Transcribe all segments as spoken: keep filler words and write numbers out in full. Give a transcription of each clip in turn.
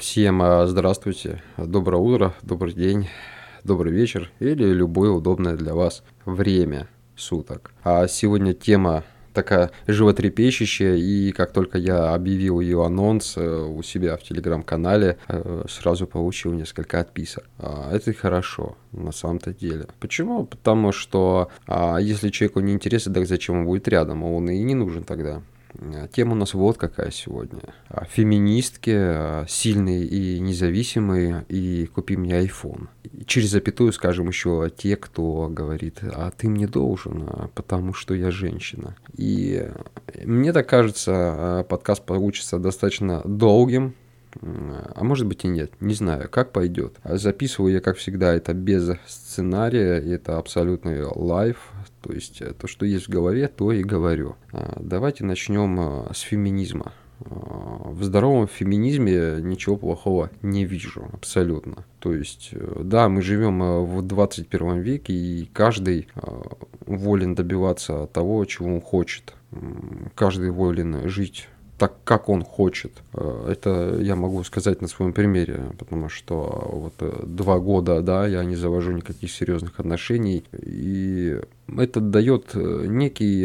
Всем а, здравствуйте, доброе утро, добрый день, добрый вечер или любое удобное для вас время суток. А сегодня тема такая животрепещущая, и как только я объявил ее анонс э, у себя в телеграм-канале, э, сразу получил несколько отписок. А, Это и хорошо, на самом-то деле. Почему? Потому что а, если человеку не интересно, так зачем он будет рядом? Он и не нужен тогда. Тема у нас вот какая сегодня. Феминистки, сильные и независимые, и купи мне айфон. Через запятую скажем еще те, кто говорит, а ты мне должен, потому что я женщина. И мне так кажется, подкаст получится достаточно долгим. А может быть и нет, не знаю, как пойдет. Записываю я, как всегда, это без сценария, это абсолютный лайв, то есть то, что есть в голове, то и говорю. Давайте начнем с феминизма. В здоровом феминизме ничего плохого не вижу, абсолютно. То есть, да, мы живем в двадцать первом веке, и каждый волен добиваться того, чего он хочет. Каждый волен жить так, как он хочет. Это я могу сказать на своем примере, потому что вот два года, да, я не завожу никаких серьезных отношений, и это дает некий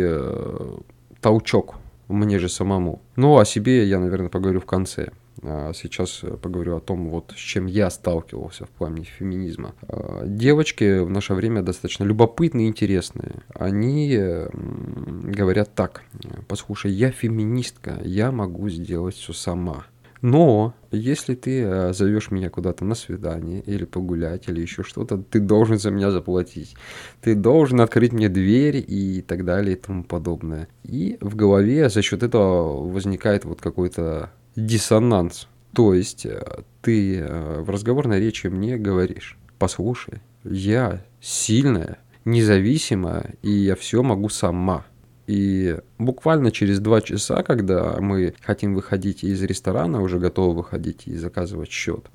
толчок мне же самому. Ну, о себе я, наверное, поговорю в конце. А сейчас поговорю о том, вот с чем я сталкивался в плане феминизма. Девочки в наше время достаточно любопытные и интересные. Они говорят так: послушай, я феминистка, я могу сделать все сама. Но если ты зовешь меня куда-то на свидание или погулять, или еще что-то, ты должен за меня заплатить. Ты должен открыть мне дверь и так далее и тому подобное. И в голове за счет этого возникает вот какой-то диссонанс. То есть ты в разговорной речи мне говоришь: послушай, я сильная, независимая, и я все могу сама. И буквально через два часа, когда мы хотим выходить из ресторана, уже готовы выходить и заказывать счет,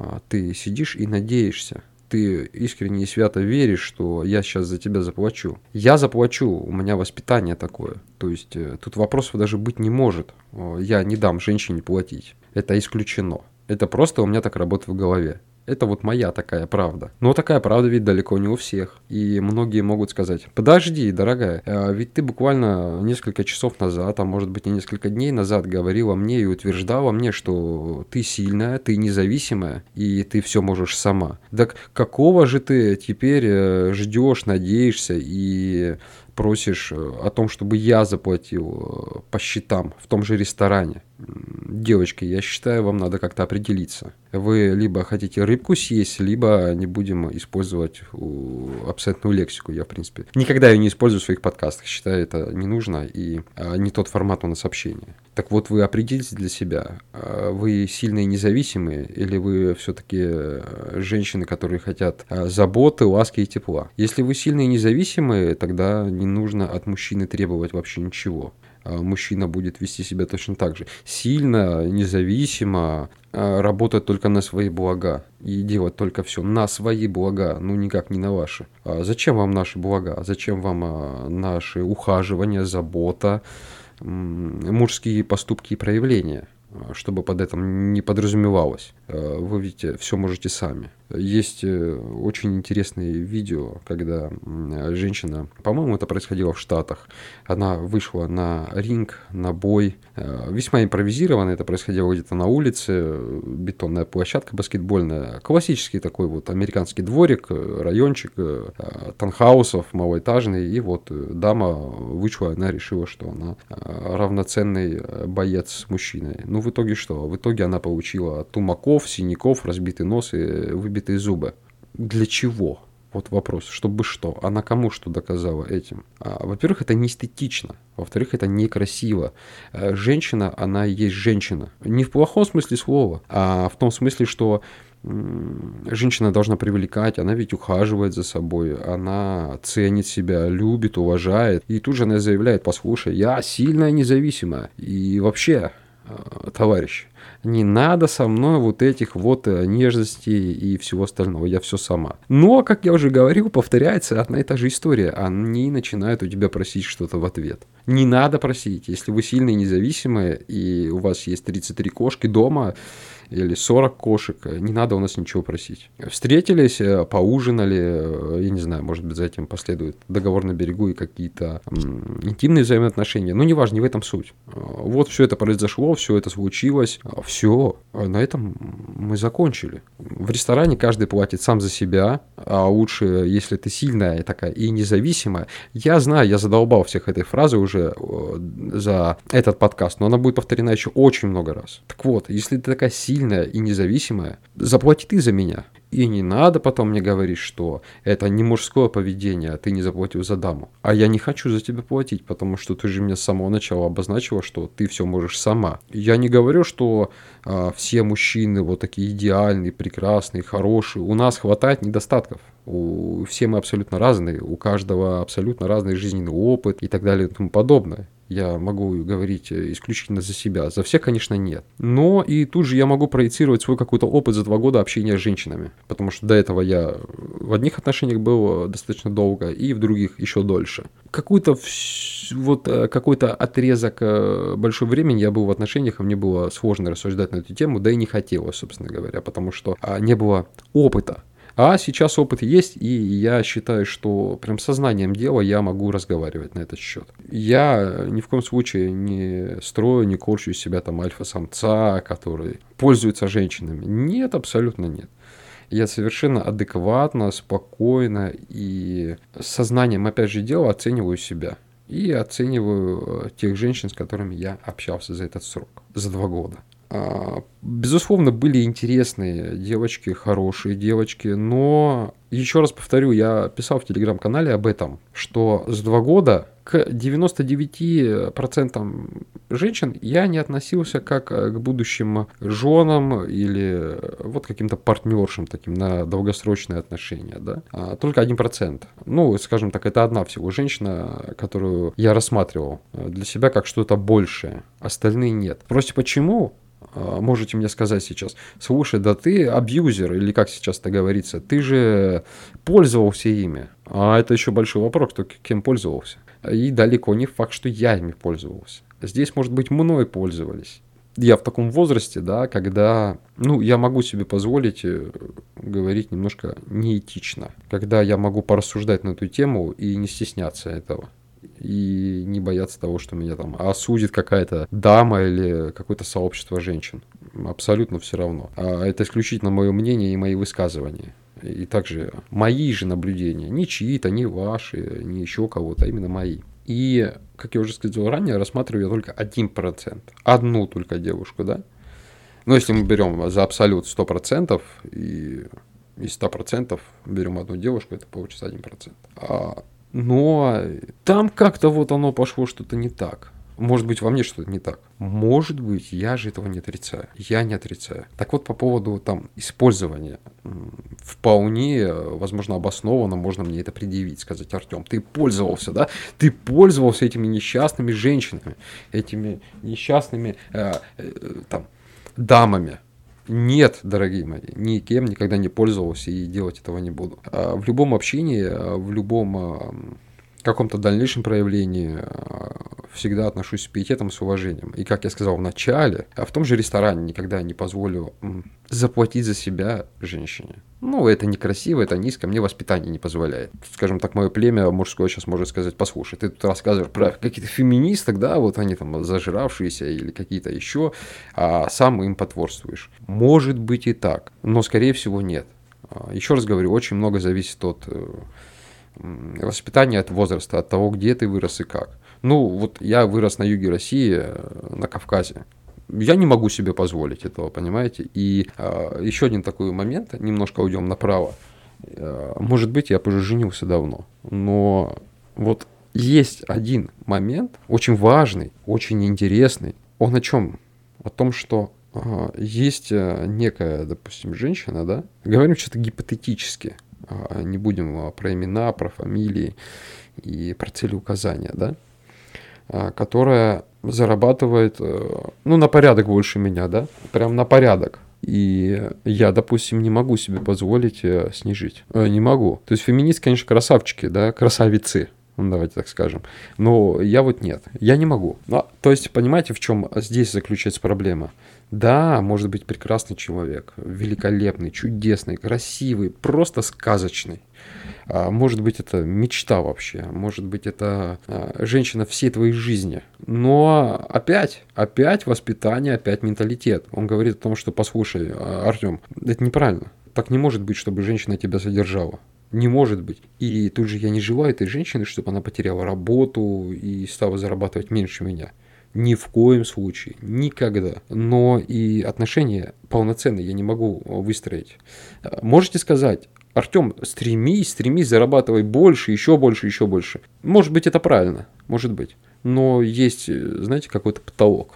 ты сидишь и надеешься. Ты искренне и свято веришь, что я сейчас за тебя заплачу. Я заплачу, у меня воспитание такое. То есть тут вопросов даже быть не может. Я не дам женщине платить. Это исключено. Это просто у меня так работает в голове. Это вот моя такая правда. Но такая правда ведь далеко не у всех. И многие могут сказать: подожди, дорогая, ведь ты буквально несколько часов назад, а может быть и несколько дней назад говорила мне и утверждала мне, что ты сильная, ты независимая, и ты все можешь сама. Так какого же ты теперь ждешь, надеешься и просишь о том, чтобы я заплатил по счетам в том же ресторане? Девочки, я считаю, вам надо как-то определиться. Вы либо хотите рыбку съесть, либо не будем использовать абсолютную лексику. Я, в принципе, никогда ее не использую в своих подкастах. Считаю, это не нужно и не тот формат у нас общения. Так вот, вы определитесь для себя, вы сильные и независимые, или вы все-таки женщины, которые хотят заботы, ласки и тепла. Если вы сильные и независимые, тогда не нужно от мужчины требовать вообще ничего. Мужчина будет вести себя точно так же. Сильно, независимо, работать только на свои блага и делать только все на свои блага, ну никак не на ваши. А зачем вам наши блага? Зачем вам наши ухаживания, забота, мужские поступки и проявления? Чтобы под этим не подразумевалось. Вы видите, все можете сами. Есть очень интересные видео, когда женщина, по-моему, это происходило в Штатах, она вышла на ринг, на бой, весьма импровизированно, это происходило где-то на улице, бетонная площадка баскетбольная, классический такой вот американский дворик, райончик, таунхаусов, малоэтажный, и вот дама вышла, она решила, что она равноценный боец с мужчиной. Ну, в итоге что? В итоге она получила тумаков, синяков, разбитый нос и выбитые зубы. Для чего? Вот вопрос. Чтобы что? Она кому что доказала этим? А, во-первых, это не эстетично. Во-вторых, это некрасиво. Женщина, она и есть женщина. Не в плохом смысле слова, а в том смысле, что женщина должна привлекать, она ведь ухаживает за собой, она ценит себя, любит, уважает. И тут же она заявляет: послушай, я сильная, независимая. И вообще, товарищ, не надо со мной вот этих вот нежностей и всего остального, я все сама. Но, как я уже говорил, повторяется одна и та же история. Они начинают у тебя просить что-то в ответ. Не надо просить. Если вы сильные, независимые, и у вас есть тридцать три кошки дома, или сорок кошек, не надо у нас ничего просить. Встретились, поужинали, я не знаю, может быть, за этим последует договор на берегу и какие-то м, интимные взаимоотношения. Ну, неважно, не в этом суть. Вот все это произошло, все это случилось, все, на этом мы закончили. В ресторане каждый платит сам за себя, а лучше, если ты сильная такая и независимая. Я знаю, я задолбал всех этой фразой уже за этот подкаст, но она будет повторена еще очень много раз. Так вот, если ты такая сильная и независимая, заплати ты за меня. И не надо потом мне говорить, что это не мужское поведение, а ты не заплатил за даму. А я не хочу за тебя платить, потому что ты же мне с самого начала обозначила, что ты все можешь сама. Я не говорю, что а, все мужчины вот такие идеальные, прекрасные, хорошие. У нас хватает недостатков. У, все мы абсолютно разные, у каждого абсолютно разный жизненный опыт и так далее и тому подобное. Я могу говорить исключительно за себя. За всех, конечно, нет. Но и тут же я могу проецировать свой какой-то опыт за два года общения с женщинами. Потому что до этого я в одних отношениях был достаточно долго, и в других еще дольше. Какой-то вот какой-то отрезок большого времени я был в отношениях, и мне было сложно рассуждать на эту тему, да и не хотелось, собственно говоря, потому что не было опыта. А сейчас опыт есть, и я считаю, что прям сознанием дела я могу разговаривать на этот счет. Я ни в коем случае не строю, не корчу из себя там альфа-самца, который пользуется женщинами. Нет, абсолютно нет. Я совершенно адекватно, спокойно и с сознанием, опять же, дела оцениваю себя. И оцениваю тех женщин, с которыми я общался за этот срок, за два года. Безусловно, были интересные девочки, хорошие девочки, но, еще раз повторю, я писал в телеграм-канале об этом, что за два года к девяноста девяти процентам женщин я не относился как к будущим женам или вот каким-то партнершам таким на долгосрочные отношения, да? А только один процент. Ну, скажем так, это одна всего женщина, которую я рассматривал для себя как что-то большее, остальные нет. Спросите, почему? Можете мне сказать сейчас: слушай, да ты абьюзер, или как сейчас это говорится, ты же пользовался ими. А это еще большой вопрос, кто кем пользовался. И далеко не факт, что я ими пользовался. Здесь, может быть, мной пользовались. Я в таком возрасте, да, когда, ну, я могу себе позволить говорить немножко неэтично, когда я могу порассуждать на эту тему и не стесняться этого. И не бояться того, что меня там осудит какая-то дама или какое-то сообщество женщин. Абсолютно все равно. А это исключительно мое мнение и мои высказывания. И также мои же наблюдения. Не чьи-то, не ваши, не еще кого-то, а именно мои. И, как я уже сказал ранее, рассматриваю я только один процент. Одну только девушку, да? Но если мы берем за абсолют сто процентов и из ста процентов берем одну девушку, это получится один процент. А Но там как-то вот оно пошло что-то не так. Может быть, во мне что-то не так. Может быть, я же этого не отрицаю. Я не отрицаю. Так вот, по поводу там использования. Вполне, возможно, обоснованно можно мне это предъявить. Сказать: Артем, ты пользовался, да? Ты пользовался этими несчастными женщинами. Этими несчастными э, э, там, дамами. Нет, дорогие мои, никем никогда не пользовался и делать этого не буду. В любом общении, в любом каком-то дальнейшем проявлении всегда отношусь с пиететом, с уважением. И, как я сказал в начале, в том же ресторане никогда не позволю заплатить за себя женщине. Ну, это некрасиво, это низко, мне воспитание не позволяет. Скажем так, мое племя мужское сейчас может сказать: послушай, ты тут рассказываешь про каких-то феминисток, да, вот они там зажиравшиеся или какие-то еще, а сам им потворствуешь. Может быть и так, но, скорее всего, нет. Еще раз говорю, очень много зависит от воспитания, от возраста, от того, где ты вырос и как. Ну, вот я вырос на юге России, на Кавказе. Я не могу себе позволить этого, понимаете? И э, еще один такой момент, немножко уйдем направо. Э, может быть, я уже женился давно, но вот есть один момент, очень важный, очень интересный. Он о чем? О том, что э, есть некая, допустим, женщина, да? Говорим что-то гипотетически. Э, не будем про имена, про фамилии и про целеуказания, да? Э, которая зарабатывает, ну, на порядок больше меня, да, прям на порядок. И я, допустим, не могу себе позволить снижить. Не могу. То есть феминистки, конечно, красавчики, да, красавицы. ну, давайте так скажем. Но я вот нет, я не могу. Ну, то есть, понимаете, в чем здесь заключается проблема? Да, может быть прекрасный человек, великолепный, чудесный, красивый, просто сказочный. А, Может быть, это мечта вообще, может быть, это а, женщина всей твоей жизни. Но опять, опять воспитание, опять менталитет. Он говорит о том, что, послушай, а, Артем, это неправильно. Так не может быть, чтобы женщина тебя содержала. Не может быть. И тут же я не желаю этой женщины, чтобы она потеряла работу и стала зарабатывать меньше меня. Ни в коем случае, никогда. Но и отношения полноценные я не могу выстроить. Можете сказать: Артем, стремись, стремись, зарабатывай больше, еще больше, еще больше. Может быть, это правильно, может быть. Но есть, знаете, какой-то потолок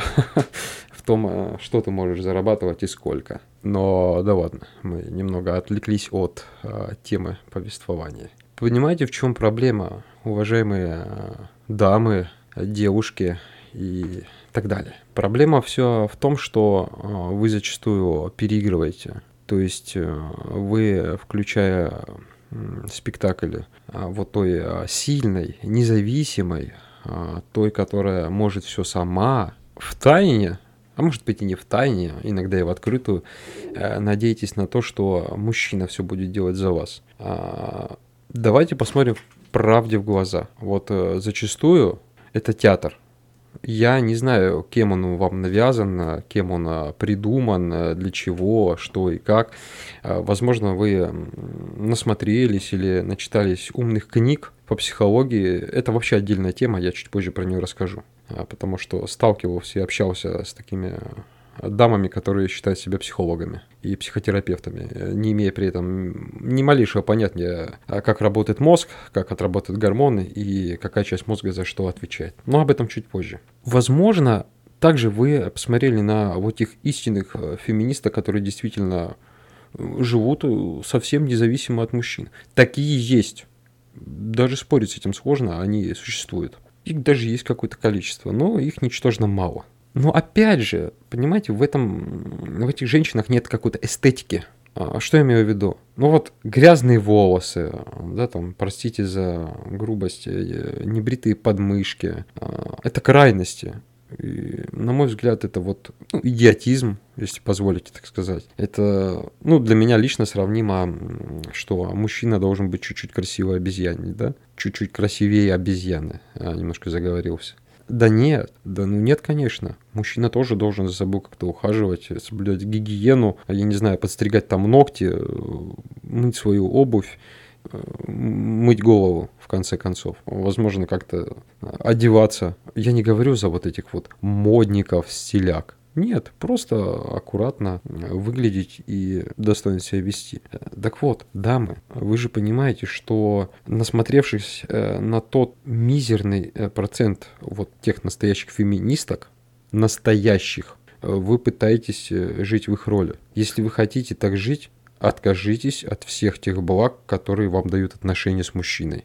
в том, что ты можешь зарабатывать и сколько. Но да ладно, мы немного отвлеклись от а, темы повествования. Понимаете, в чем проблема, уважаемые а, дамы, девушки и так далее? Проблема все в том, что а, вы зачастую переигрываете. То есть вы, включая спектакль а, вот той а, сильной, независимой, а, той, которая может все сама, в тайне, а может быть и не в тайне, иногда и в открытую, э, надеетесь на то, что мужчина все будет делать за вас. А, Давайте посмотрим правде в глаза. Вот э, зачастую это театр. Я не знаю, кем он вам навязан, кем он а, придуман, а, для чего, что и как. А, Возможно, вы м, насмотрелись или начитались умных книг по психологии. Это вообще отдельная тема, я чуть позже про нее расскажу. А, Потому что сталкивался и общался с такими а, дамами, которые считают себя психологами и психотерапевтами, э, не имея при этом ни малейшего понятия, а, как работает мозг, как отработают гормоны и какая часть мозга за что отвечает. Но об этом чуть позже. Возможно, также вы посмотрели на вот этих истинных э, феминисток, которые действительно э, живут э, совсем независимо от мужчин. Такие есть. Даже спорить с этим сложно, они существуют. Их даже есть какое-то количество, но их ничтожно мало. Но опять же, понимаете, в этом, в этих женщинах нет какой-то эстетики. А что я имею в виду? Ну вот грязные волосы, да, там, простите за грубость, э, небритые подмышки. а, Это крайности. И, на мой взгляд, это вот ну, идиотизм, если позволите так сказать. Это, ну, для меня лично сравнимо, м, что мужчина должен быть чуть-чуть красивой обезьяной, да? Чуть-чуть красивее обезьяны. А, немножко заговорился. Да нет, да ну нет, конечно. Мужчина тоже должен за собой как-то ухаживать, соблюдать гигиену, я не знаю, подстригать там ногти, э, мыть свою обувь, э, мыть голову, в конце концов. Возможно, как-то одеваться. Я не говорю за вот этих вот модников, стиляк. Нет, просто аккуратно выглядеть и достойно себя вести. Так вот, дамы, вы же понимаете, что насмотревшись э, на тот мизерный э, процент вот тех настоящих феминисток, настоящих, э, вы пытаетесь э, жить в их роли. Если вы хотите так жить, откажитесь от всех тех благ, которые вам дают отношения с мужчиной.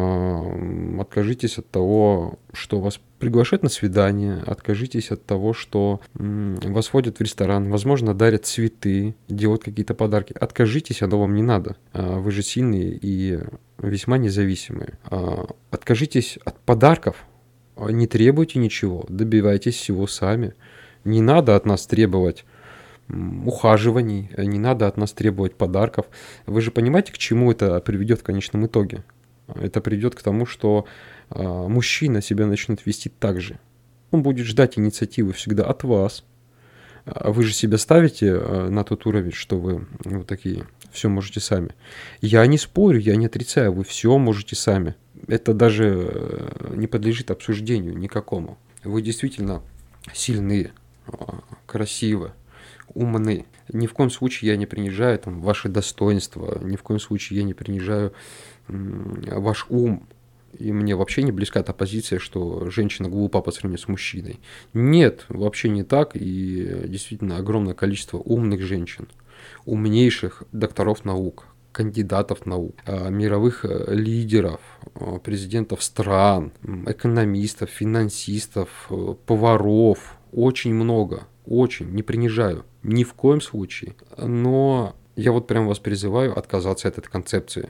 Э, Откажитесь от того, что вас приглашают на свидание, откажитесь от того, что м, вас водят в ресторан, возможно, дарят цветы, делают какие-то подарки. Откажитесь, оно вам не надо. А, Вы же сильные и весьма независимые. А, Откажитесь от подарков, а, не требуйте ничего, добивайтесь всего сами. Не надо от нас требовать м, ухаживаний, не надо от нас требовать подарков. Вы же понимаете, к чему это приведет в конечном итоге? Это приведет к тому, что а, мужчина себя начнет вести так же. Он будет ждать инициативы всегда от вас. А Вы же себя ставите а, на тот уровень, что вы вот такие, все можете сами. Я не спорю, я не отрицаю, вы все можете сами. Это даже э, не подлежит обсуждению никакому. Вы действительно сильны, а, красивы, умны. Ни в коем случае я не принижаю там, ваши достоинства, ни в коем случае я не принижаю м, ваш ум. И мне вообще не близка та позиция, что женщина глупа по сравнению с мужчиной. Нет, вообще не так. И действительно огромное количество умных женщин, умнейших докторов наук, кандидатов наук, а, мировых э, лидеров, а, президентов стран, м, экономистов, финансистов, э, поваров. Очень много. Очень. Не принижаю. Ни в коем случае. Но я вот прям вас призываю отказаться от этой концепции.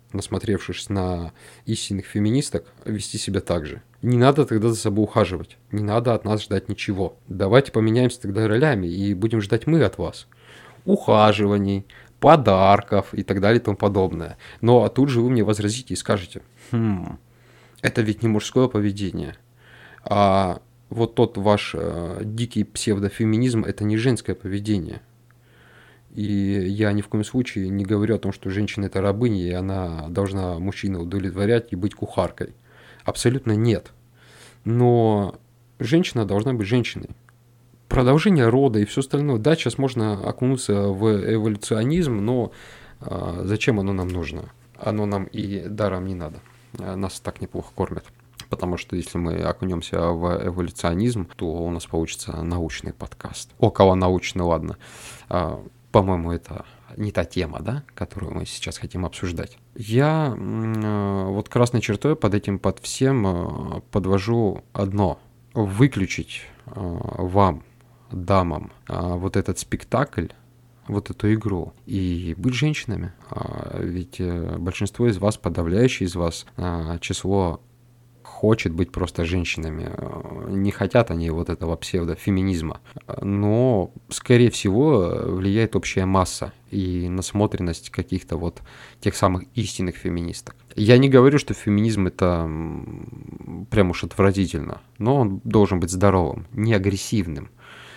насмотревшись на истинных феминисток, вести себя так же. Не надо тогда за собой ухаживать, не надо от нас ждать ничего. Давайте поменяемся тогда ролями и будем ждать мы от вас ухаживаний, подарков и так далее и тому подобное. Но а тут же вы мне возразите и скажете, хм, это ведь не мужское поведение, а вот тот ваш э, дикий псевдофеминизм – это не женское поведение. И я ни в коем случае не говорю о том, что женщина – это рабыня, и она должна мужчину удовлетворять и быть кухаркой. Абсолютно нет. Но женщина должна быть женщиной. Продолжение рода и все остальное. Да, сейчас можно окунуться в эволюционизм, но а, зачем оно нам нужно? Оно нам и даром не надо. Нас так неплохо кормят. Потому что если мы окунемся в эволюционизм, то у нас получится научный подкаст. Около научный, ладно. А, по-моему, это не та тема, да, которую мы сейчас хотим обсуждать. Я э, вот красной чертой под этим, под всем э, подвожу одно. Выключить э, вам, дамам, э, вот этот спектакль, вот эту игру и быть женщинами. А ведь э, большинство из вас, подавляющее из вас, э, число хочет быть просто женщинами. Не хотят они вот этого псевдофеминизма. Но, скорее всего, влияет общая масса и насмотренность каких-то вот тех самых истинных феминисток. Я не говорю, что феминизм это прям уж отвратительно, но он должен быть здоровым, не агрессивным.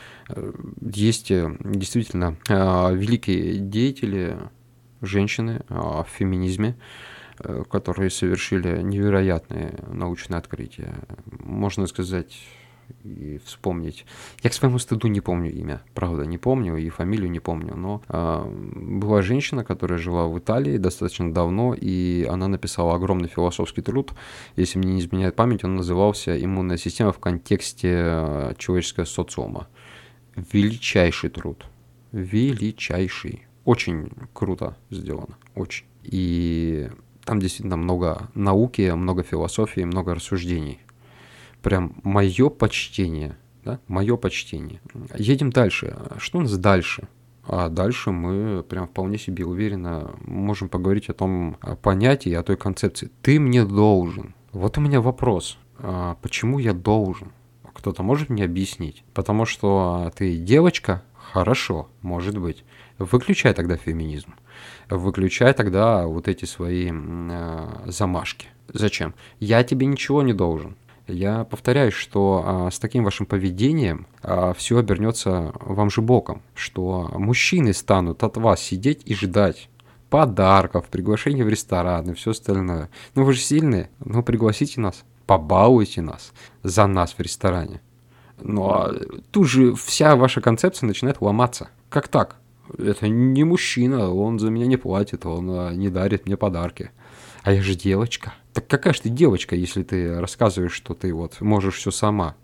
Есть действительно великие деятели, женщины в феминизме, которые совершили невероятные научные открытия. Можно сказать и вспомнить. Я к своему стыду не помню имя, правда, не помню, и фамилию не помню, но э, была женщина, которая жила в Италии достаточно давно, и она написала огромный философский труд, если мне не изменяет память, он назывался «Иммунная система в контексте человеческого социума». Величайший труд, величайший, очень круто сделано, очень. И там действительно много науки, много философии, много рассуждений. Прям мое почтение, да, мое почтение. Едем дальше. Что у нас дальше? А дальше мы прям вполне себе уверенно можем поговорить о том понятии, о той концепции. Ты мне должен. Вот у меня вопрос. А почему я должен? Кто-то может мне объяснить? Потому что ты девочка? Хорошо, может быть. Выключай тогда феминизм. Выключай тогда вот эти свои э, замашки. Зачем? Я тебе ничего не должен. Я повторяю, что э, с таким вашим поведением э, все обернется вам же боком. Что мужчины станут от вас сидеть и ждать подарков, приглашений в ресторан и все остальное. Ну вы же сильные, ну пригласите нас, побалуйте нас за нас в ресторане. Ну а тут же вся ваша концепция начинает ломаться. Как так? Это не мужчина, он за меня не платит, он не дарит мне подарки. А я же девочка. Так какая же ты девочка, если ты рассказываешь, что ты вот можешь все сама?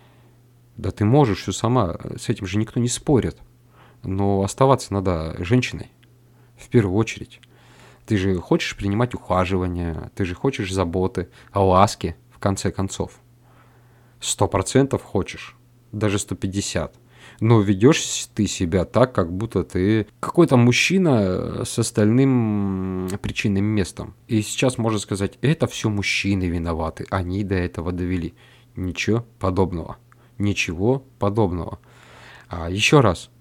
Да ты можешь все сама, с этим же никто не спорит. Но оставаться надо женщиной, в первую очередь. Ты же хочешь принимать ухаживание, ты же хочешь заботы, ласки, в конце концов. Сто процентов хочешь, даже сто пятьдесят. Но ведешь ты себя так, как будто ты какой-то мужчина с остальным причинным местом. И сейчас можно сказать, это все мужчины виноваты, они до этого довели. Ничего подобного. Ничего подобного. А еще раз,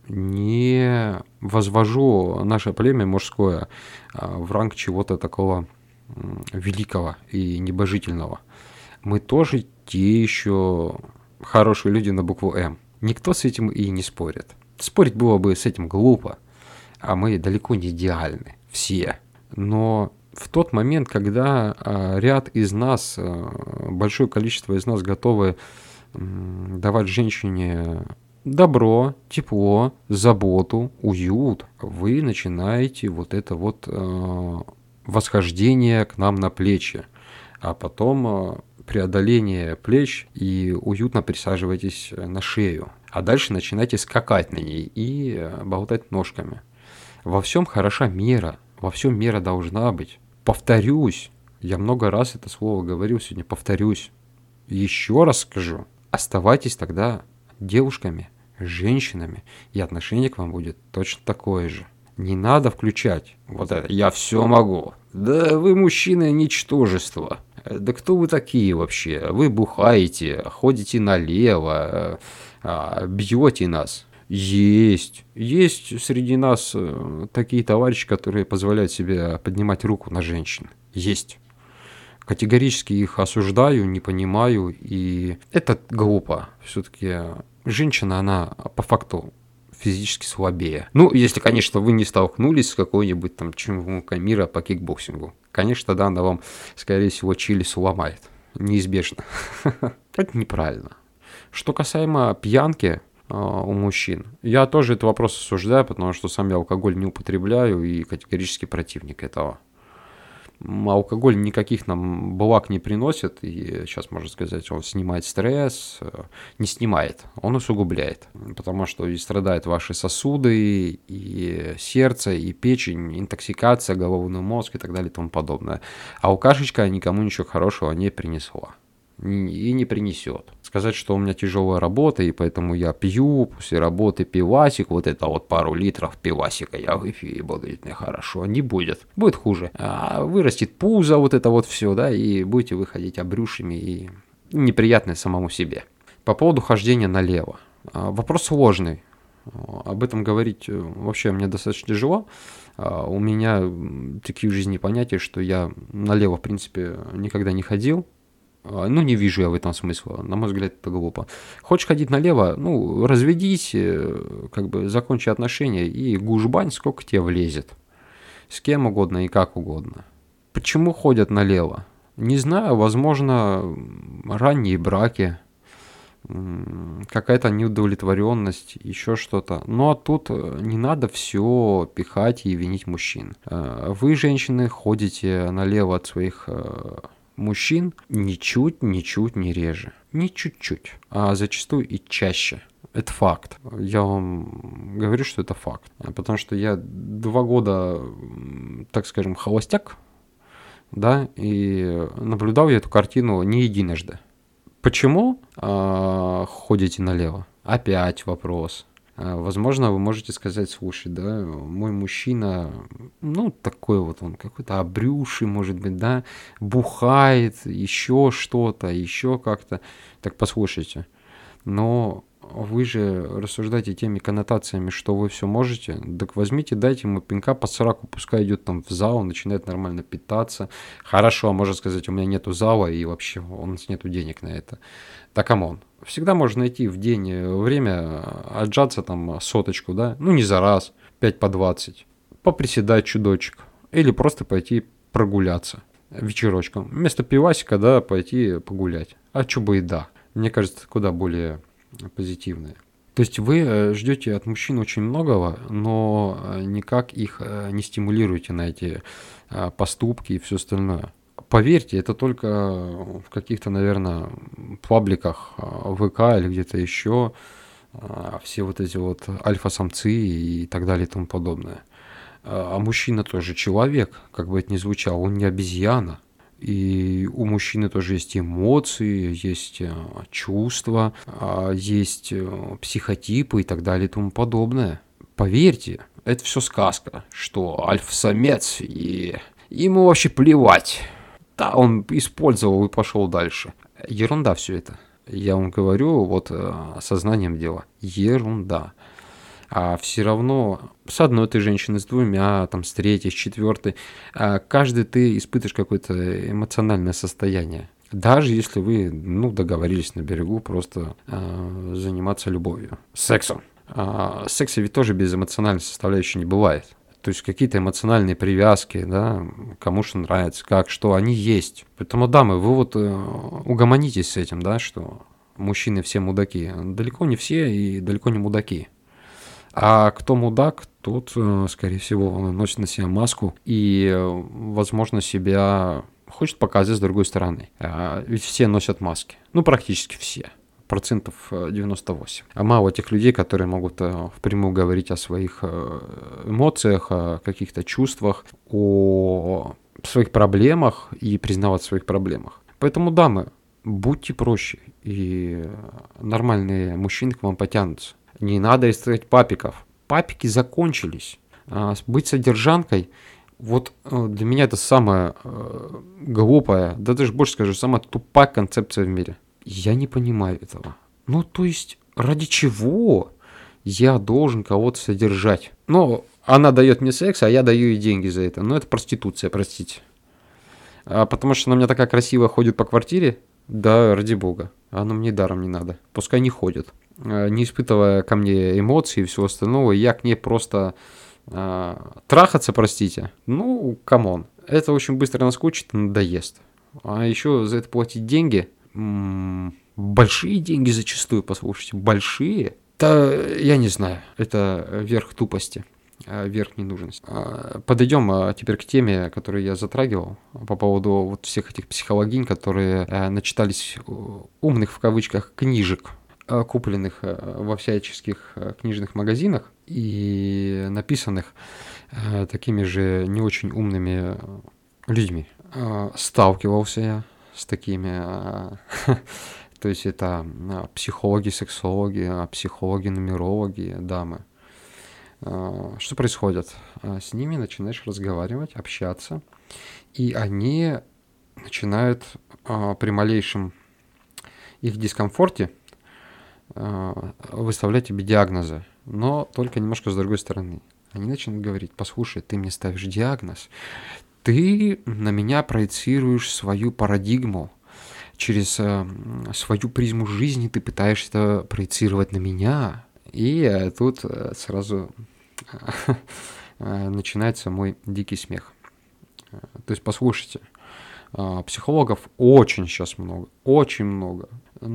не возвожу наше племя мужское в ранг чего-то такого великого и небожительного. Мы тоже те еще хорошие люди на букву «М». Никто с этим и не спорит. Спорить было бы с этим глупо, а мы далеко не идеальны, все. Но в тот момент, когда а, ряд из нас, а, большое количество из нас готовы м, давать женщине добро, тепло, заботу, уют, вы начинаете вот это вот а, восхождение к нам на плечи, а потом а, преодоление плеч и уютно присаживайтесь на шею. А дальше начинайте скакать на ней и болтать ножками. Во всем хороша мера, во всем мера должна быть. Повторюсь, я много раз это слово говорил сегодня, повторюсь. Еще раз скажу, оставайтесь тогда девушками, женщинами, и отношение к вам будет точно такое же. Не надо включать вот это «я все могу», Да вы, мужчины, ничтожество. Да кто вы такие вообще? Вы бухаете, ходите налево, а, бьете нас. Есть. Есть среди нас э, такие товарищи, которые позволяют себе поднимать руку на женщин. Есть. Категорически их осуждаю, не понимаю, и это глупо. Все-таки женщина, она по факту физически слабее. Ну, если, конечно, вы не столкнулись с какой-нибудь там чемпионкой мира по кикбоксингу. Конечно, да, она вам, скорее всего, челюсть уломает. Неизбежно. Это неправильно. Что касаемо пьянки а, у мужчин, я тоже этот вопрос осуждаю, потому что сам я алкоголь не употребляю и категорически противник этого. Алкоголь никаких нам благ не приносит, и сейчас можно сказать, он снимает стресс, не снимает, он усугубляет, потому что и страдают ваши сосуды, и сердце, и печень, интоксикация, головной мозг и так далее и тому подобное. А алкашечка никому ничего хорошего не принесла. И не принесет. Сказать, что у меня тяжелая работа, и поэтому я пью после работы пивасик, вот это вот пару литров пивасика я выпью, и будет мне хорошо. Не будет. Будет хуже. А вырастет пузо, вот это вот все, да, и будете выходить обрюшами и неприятно самому себе. По поводу хождения налево. Вопрос сложный. Об этом говорить вообще мне достаточно тяжело. У меня такие в жизни понятия, что я налево, в принципе, никогда не ходил. Ну, не вижу я в этом смысла. На мой взгляд, это глупо. Хочешь ходить налево, ну, разведись, как бы закончи отношения и гужбань, сколько тебе влезет. С кем угодно и как угодно. Почему ходят налево? Не знаю, возможно, ранние браки, какая-то неудовлетворенность, еще что-то. Но тут не надо все пихать и винить мужчин. Вы, женщины, ходите налево от своих мужчин ничуть, ничуть не реже. Не чуть-чуть, а зачастую и чаще. Это факт. Я вам говорю, что это факт. Потому что я два года, так скажем, холостяк, да, и наблюдал я эту картину не единожды. Почему а, ходите налево? Опять вопрос. Возможно, вы можете сказать, слушай, да, мой мужчина, ну, такой вот он, какой-то обрюший, может быть, да, бухает, еще что-то, еще как-то. Так послушайте, но вы же рассуждаете теми коннотациями, что вы все можете, так возьмите, дайте ему пинка по сраку, пускай идет там в зал, начинает нормально питаться. Хорошо, можно сказать, у меня нету зала и вообще у нас нету денег на это. Да камон. Всегда можно найти в день время отжаться там соточку, да, ну не за раз, пять по двадцать, поприседать чудочек, или просто пойти прогуляться вечерочком. Вместо пивасика, да, пойти погулять. А чё бы и да. Мне кажется, это куда более позитивное. То есть вы ждете от мужчин очень многого, но никак их не стимулируете на эти поступки и все остальное. Поверьте, это только в каких-то, наверное, пабликах ВК или где-то еще все вот эти вот альфа-самцы и так далее и тому подобное. А мужчина тоже человек, как бы это ни звучало, он не обезьяна. И у мужчины тоже есть эмоции, есть чувства, есть психотипы и так далее и тому подобное. Поверьте, это все сказка, что альфа-самец, и ему вообще плевать. Да, он использовал и пошел дальше. Ерунда все это. Я вам говорю, вот сознанием дела. Ерунда. А все равно с одной ты женщиной, с двумя, там, с третьей, с четвертой, каждый ты испытываешь какое-то эмоциональное состояние. Даже если вы, ну, договорились на берегу просто э, заниматься любовью, сексом. А секса ведь тоже без эмоциональной составляющей не бывает. То есть какие-то эмоциональные привязки, да, кому что нравится, как, что, они есть. Поэтому, дамы, вы вот э, угомонитесь с этим, да, что мужчины все мудаки. Далеко не все и далеко не мудаки. А кто мудак, тот, скорее всего, носит на себе маску и, возможно, себя хочет показать с другой стороны. Ведь все носят маски. Ну, практически все. Процентов девяносто восемь. А мало тех людей, которые могут впрямую говорить о своих эмоциях, о каких-то чувствах, о своих проблемах и признавать в своих проблемах. Поэтому, дамы, будьте проще, и нормальные мужчины к вам потянутся. Не надо искать папиков. Папики закончились. Быть содержанкой Вот э, для меня это самая э, глупая, да даже больше скажу, самая тупая концепция в мире. Я не понимаю этого. Ну, то есть, ради чего я должен кого-то содержать? Ну, она дает мне секс, а я даю ей деньги за это. Ну, это проституция, простите. А потому что она у меня такая красивая ходит по квартире, да, ради бога. Она мне даром не надо. Пускай не ходит. А, Не испытывая ко мне эмоций и всего остального, я к ней просто а, трахаться, простите. Ну, камон. Это очень быстро наскучит и надоест. А еще за это платить деньги. м, Большие деньги зачастую, послушайте. Большие. Да, я не знаю. Это верх тупости. а, Верх ненужности. А, Подойдем а, теперь к теме, которую я затрагивал по поводу вот всех этих психологинь, которые а, начитались э, умных в кавычках книжек, а, купленных а, во всяческих а, книжных магазинах и написанных а, такими же не очень умными а, людьми. А, Сталкивался я с такими, а, то есть это а, психологи, сексологи, а, психологи, нумерологи, дамы. А, Что происходит? А, С ними начинаешь разговаривать, общаться, и они начинают а, при малейшем их дискомфорте а, выставлять тебе диагнозы, но только немножко с другой стороны. Они начинают говорить: послушай, ты мне ставишь диагноз, ты на меня проецируешь свою парадигму, через э, свою призму жизни ты пытаешься это проецировать на меня. И э, тут э, сразу э, начинается мой дикий смех. Э, То есть, послушайте, а, психологов очень сейчас много, очень много.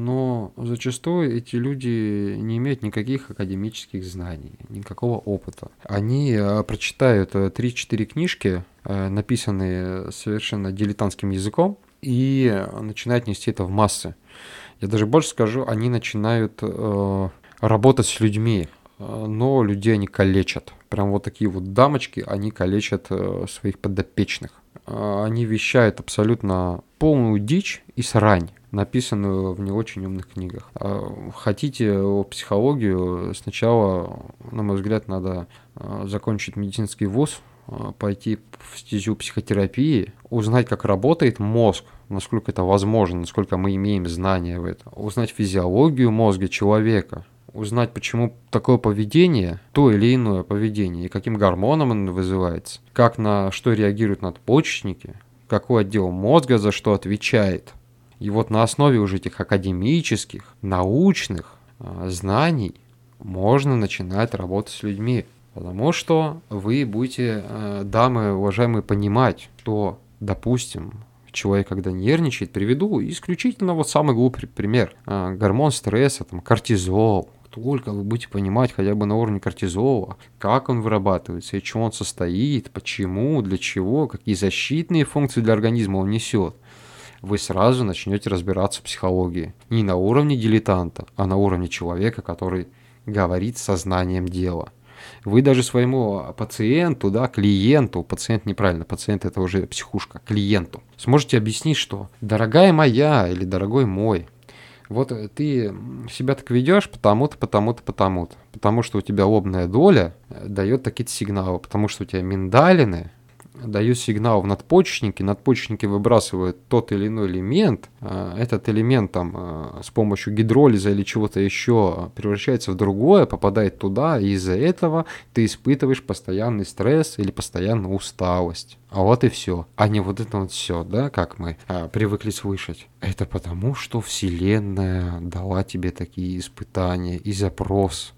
Но зачастую эти люди не имеют никаких академических знаний, никакого опыта. Они э, прочитают э, три-четыре книжки, э, написанные совершенно дилетантским языком, и э, начинают нести это в массы. Я даже больше скажу, они начинают э, работать с людьми, э, но людей они калечат. Прям вот такие вот дамочки, они калечат э, своих подопечных. Э, Они вещают абсолютно полную дичь и срань, написанную в не очень умных книгах. Э, Хотите о психологию, сначала, на мой взгляд, надо э, закончить медицинский вуз, э, пойти в стезю психотерапии, узнать, как работает мозг, насколько это возможно, насколько мы имеем знания в этом, узнать физиологию мозга человека, узнать, почему такое поведение, то или иное поведение, и каким гормоном оно вызывается, как на что реагируют надпочечники, какой отдел мозга за что отвечает. И вот на основе уже этих академических, научных а, знаний можно начинать работать с людьми. Потому что вы будете, э, дамы, уважаемые, понимать, что, допустим, человек, когда нервничает, приведу исключительно вот самый глупый пример. А, Гормон стресса, там, кортизол. Только вы будете понимать хотя бы на уровне кортизола, как он вырабатывается, из чего он состоит, почему, для чего, какие защитные функции для организма он несет, вы сразу начнете разбираться в психологии. Не на уровне дилетанта, а на уровне человека, который говорит сознанием дела. Вы даже своему пациенту, да, клиенту, пациент неправильно, пациент это уже психушка, клиенту, сможете объяснить, что дорогая моя или дорогой мой, вот ты себя так ведешь потому-то, потому-то, потому-то, потому что у тебя лобная доля дает такие-то сигналы, потому что у тебя миндалины дают сигнал в надпочечники, надпочечники выбрасывают тот или иной элемент, этот элемент там с помощью гидролиза или чего-то еще превращается в другое, попадает туда, и из-за этого ты испытываешь постоянный стресс или постоянную усталость. А вот и все. А не вот это вот все, да, как мы а, привыкли слышать. Это потому, что Вселенная дала тебе такие испытания и запрос.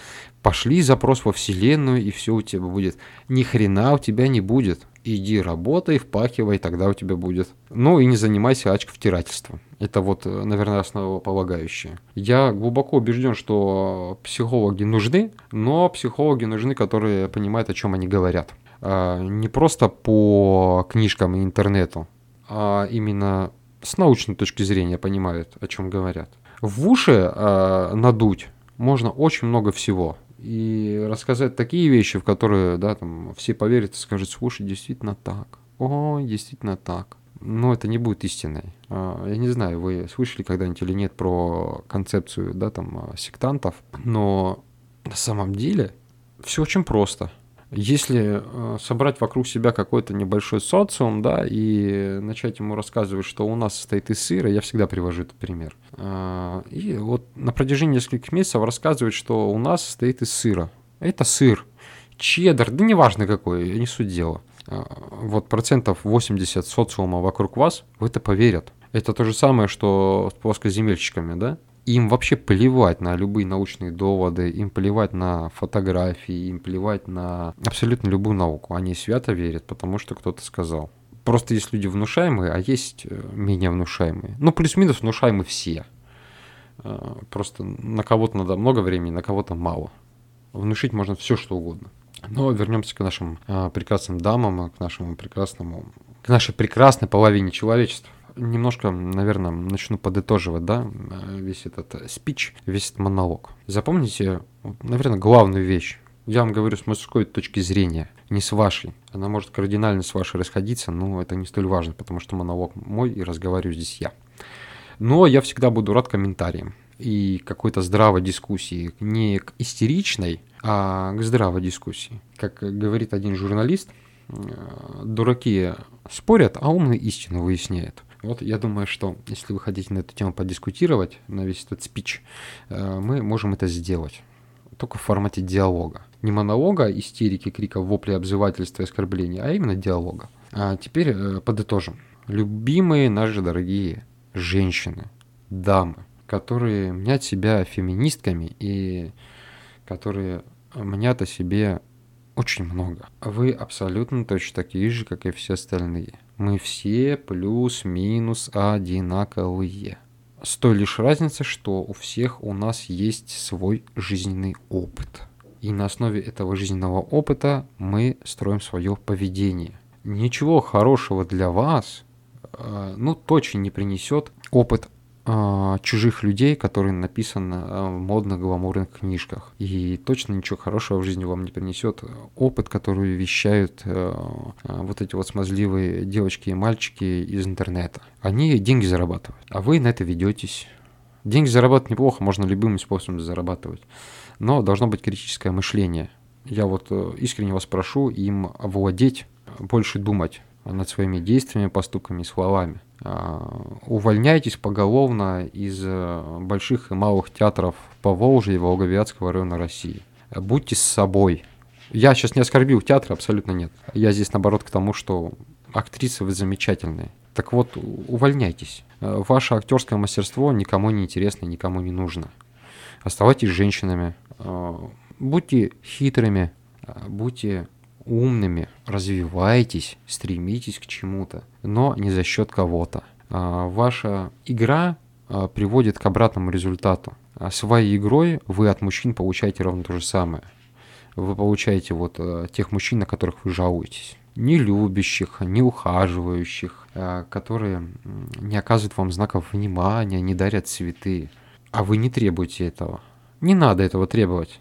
Пошли запрос во Вселенную, и все у тебя будет. Ни хрена у тебя не будет. Иди работай, впахивай, тогда у тебя будет. Ну и не занимайся очковтирательством. Это вот, наверное, основополагающее. Я глубоко убежден, что психологи нужны, но психологи нужны, которые понимают, о чем они говорят. Не просто по книжкам и интернету, а именно с научной точки зрения понимают, о чем говорят. В уши надуть можно очень много всего. И рассказать такие вещи, в которые, да, там, все поверят и скажут: слушай, действительно так. О, действительно так. Но это не будет истиной. Я не знаю, вы слышали когда-нибудь или нет про концепцию, да, там, сектантов, но на самом деле все очень просто. Если э, собрать вокруг себя какой-то небольшой социум, да, и начать ему рассказывать, что у нас состоит из сыра, я всегда привожу этот пример. А, И вот на протяжении нескольких месяцев рассказывать, что у нас состоит из сыра. Это сыр, чеддер, да неважно какой, не суть дела. А, Вот процентов восемьдесят социума вокруг вас в это поверят. Это то же самое, что с плоскоземельщиками, да? Им вообще плевать на любые научные доводы, им плевать на фотографии, им плевать на абсолютно любую науку. Они свято верят, потому что кто-то сказал. Просто есть люди внушаемые, а есть э, менее внушаемые. Ну, плюс-минус внушаемые все. Э, Просто на кого-то надо много времени, на кого-то мало. Внушить можно все, что угодно. Но вернемся к нашим э, прекрасным дамам, к нашему прекрасному, к нашей прекрасной половине человечества. Немножко, наверное, начну подытоживать, да, весь этот спич, весь этот монолог. Запомните, наверное, главную вещь. Я вам говорю с мужской точки зрения, не с вашей. Она может кардинально с вашей расходиться, но это не столь важно, потому что монолог мой и разговариваю здесь я. Но я всегда буду рад комментариям и какой-то здравой дискуссии, не к истеричной, а к здравой дискуссии. Как говорит один журналист, дураки спорят, а умные истину выясняют. Вот я думаю, что если вы хотите на эту тему подискутировать, на весь этот спич, мы можем это сделать. Только в формате диалога. Не монолога, истерики, криков, вопли, обзывательства и оскорблений, а именно диалога. А теперь подытожим. Любимые наши дорогие женщины, дамы, которые мнят себя феминистками и которые мнят о себе очень много. Вы абсолютно точно такие же, как и все остальные. Мы все плюс-минус одинаковые. С той лишь разницей, что у всех у нас есть свой жизненный опыт. И на основе этого жизненного опыта мы строим свое поведение. Ничего хорошего для вас, ну, точно не принесет опыт чужих людей, которые написаны в модных гламурных книжках. И точно ничего хорошего в жизни вам не принесет опыт, который вещают вот эти вот смазливые девочки и мальчики из интернета. Они деньги зарабатывают, а вы на это ведетесь. Деньги зарабатывать неплохо, можно любым способом зарабатывать, но должно быть критическое мышление. Я вот искренне вас прошу им овладеть, больше думать над своими действиями, поступками и словами. Увольняйтесь поголовно из больших и малых театров Поволжья и Волговятского района России. Будьте с собой. Я сейчас не оскорбил театр, абсолютно нет. Я здесь, наоборот, к тому, что актрисы вы замечательные. Так вот, увольняйтесь. Ваше актерское мастерство никому не интересно, никому не нужно. Оставайтесь женщинами. Будьте хитрыми, будьте умными, развивайтесь, стремитесь к чему-то, но не за счет кого-то. Ваша игра приводит к обратному результату. А своей игрой вы от мужчин получаете ровно то же самое. Вы получаете вот тех мужчин, на которых вы жалуетесь. Не любящих, не ухаживающих, которые не оказывают вам знаков внимания, не дарят цветы. А вы не требуете этого. Не надо этого требовать.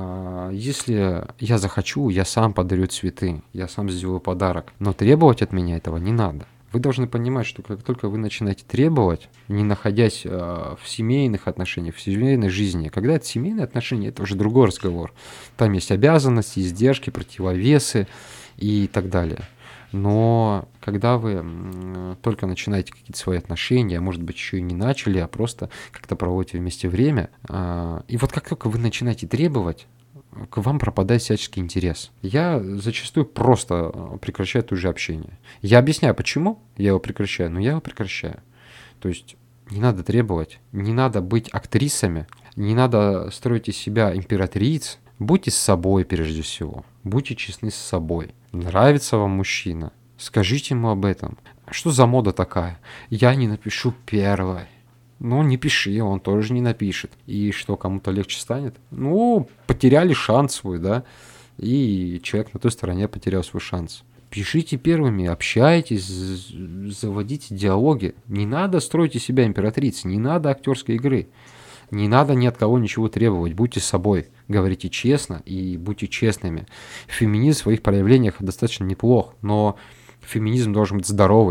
Если я захочу, я сам подарю цветы, я сам сделаю подарок. Но требовать от меня этого не надо. Вы должны понимать, что как только вы начинаете требовать, не находясь в семейных отношениях, в семейной жизни, когда это семейные отношения, это уже другой разговор. Там есть обязанности, издержки, противовесы и так далее. Но когда вы только начинаете какие-то свои отношения, может быть, еще и не начали, а просто как-то проводите вместе время, и вот как только вы начинаете требовать, к вам пропадает всяческий интерес. Я зачастую просто прекращаю тут же общение. Я объясняю, почему я его прекращаю, но я его прекращаю. То есть не надо требовать, не надо быть актрисами, не надо строить из себя императриц. Будьте с собой прежде всего, будьте честны с собой. Нравится вам мужчина? Скажите ему об этом. Что за мода такая? Я не напишу первой. Ну, не пиши, он тоже не напишет. И что, кому-то легче станет? Ну, потеряли шанс свой, да? И человек на той стороне потерял свой шанс. Пишите первыми, общайтесь, заводите диалоги. Не надо строить из себя императрицей, не надо актерской игры. Не надо ни от кого ничего требовать, будьте собой, говорите честно и будьте честными. Феминизм в своих проявлениях достаточно неплох, но феминизм должен быть здоровый.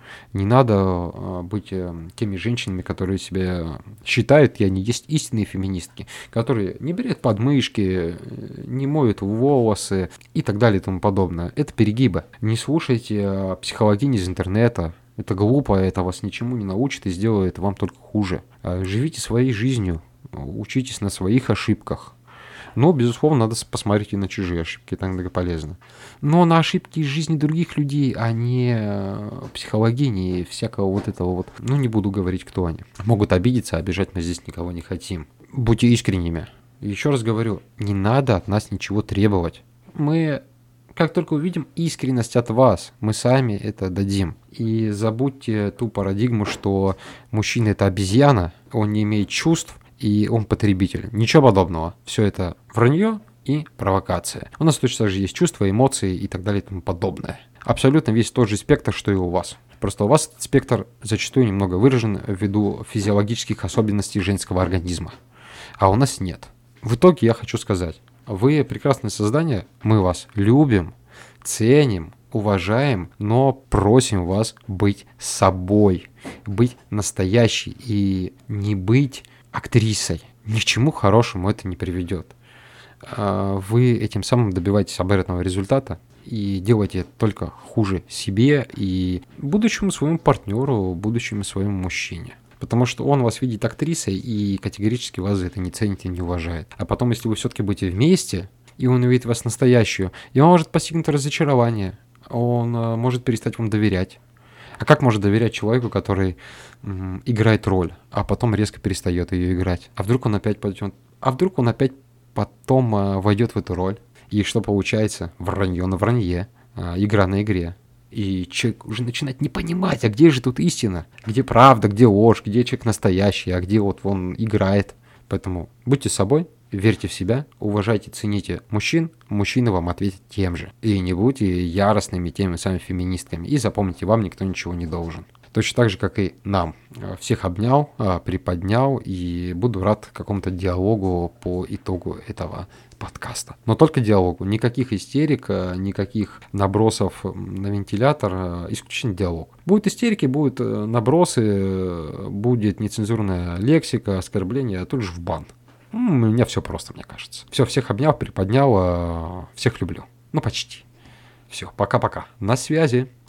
Не надо э, быть э, теми женщинами, которые себя считают, и они есть истинные феминистки, которые не берут подмышки, э, не моют волосы и так далее и тому подобное. Это перегибы. Не слушайте э, психологинь из интернета. Это глупо, это вас ничему не научит и сделает вам только хуже. Э, Живите своей жизнью, учитесь на своих ошибках. Но, безусловно, надо посмотреть и на чужие ошибки, это иногда полезно. Но на ошибки из жизни других людей, а не э, психологини и всякого вот этого вот. Ну, не буду говорить, кто они. Могут обидеться, обижать мы здесь никого не хотим. Будьте искренними. Еще раз говорю, не надо от нас ничего требовать. Мы, как только увидим искренность от вас, мы сами это дадим. И забудьте ту парадигму, что мужчина – это обезьяна, он не имеет чувств, и он потребитель. Ничего подобного. Все это вранье и провокация. У нас точно так же есть чувства, эмоции и так далее и тому подобное. Абсолютно весь тот же спектр, что и у вас. Просто у вас этот спектр зачастую немного выражен ввиду физиологических особенностей женского организма. А у нас нет. В итоге я хочу сказать, вы прекрасное создание, мы вас любим, ценим, уважаем, но просим вас быть собой, быть настоящей и не быть актрисой. Ни к чему хорошему это не приведет. Вы этим самым добиваетесь обратного результата и делаете только хуже себе и будущему своему партнеру, будущему своему мужчине. Потому что он вас видит актрисой и категорически вас за это не ценит и не уважает. А потом, если вы все-таки будете вместе, и он увидит вас настоящую, и он может постигнуть разочарование, он может перестать вам доверять. А как можно доверять человеку, который м, играет роль, а потом резко перестает ее играть? А вдруг он опять пойдет, а вдруг он опять потом а, войдет в эту роль? И что получается? Вранье на вранье, а, игра на игре. И человек уже начинает не понимать, а где же тут истина? Где правда, где ложь, где человек настоящий, а где вот он играет. Поэтому будьте собой, верьте в себя, уважайте, цените мужчин, мужчины вам ответят тем же. И не будьте яростными теми самыми феминистками. И запомните, вам никто ничего не должен. Точно так же, как и нам. Всех обнял, приподнял и буду рад какому-то диалогу по итогу этого подкаста. Но только диалогу. Никаких истерик, никаких набросов на вентилятор, исключительно диалог. Будут истерики, будут набросы, будет нецензурная лексика, оскорбления, а тут же в бан. У меня все просто, мне кажется. Все, всех обнял, приподнял, всех люблю. Ну, почти. Все, пока-пока. На связи.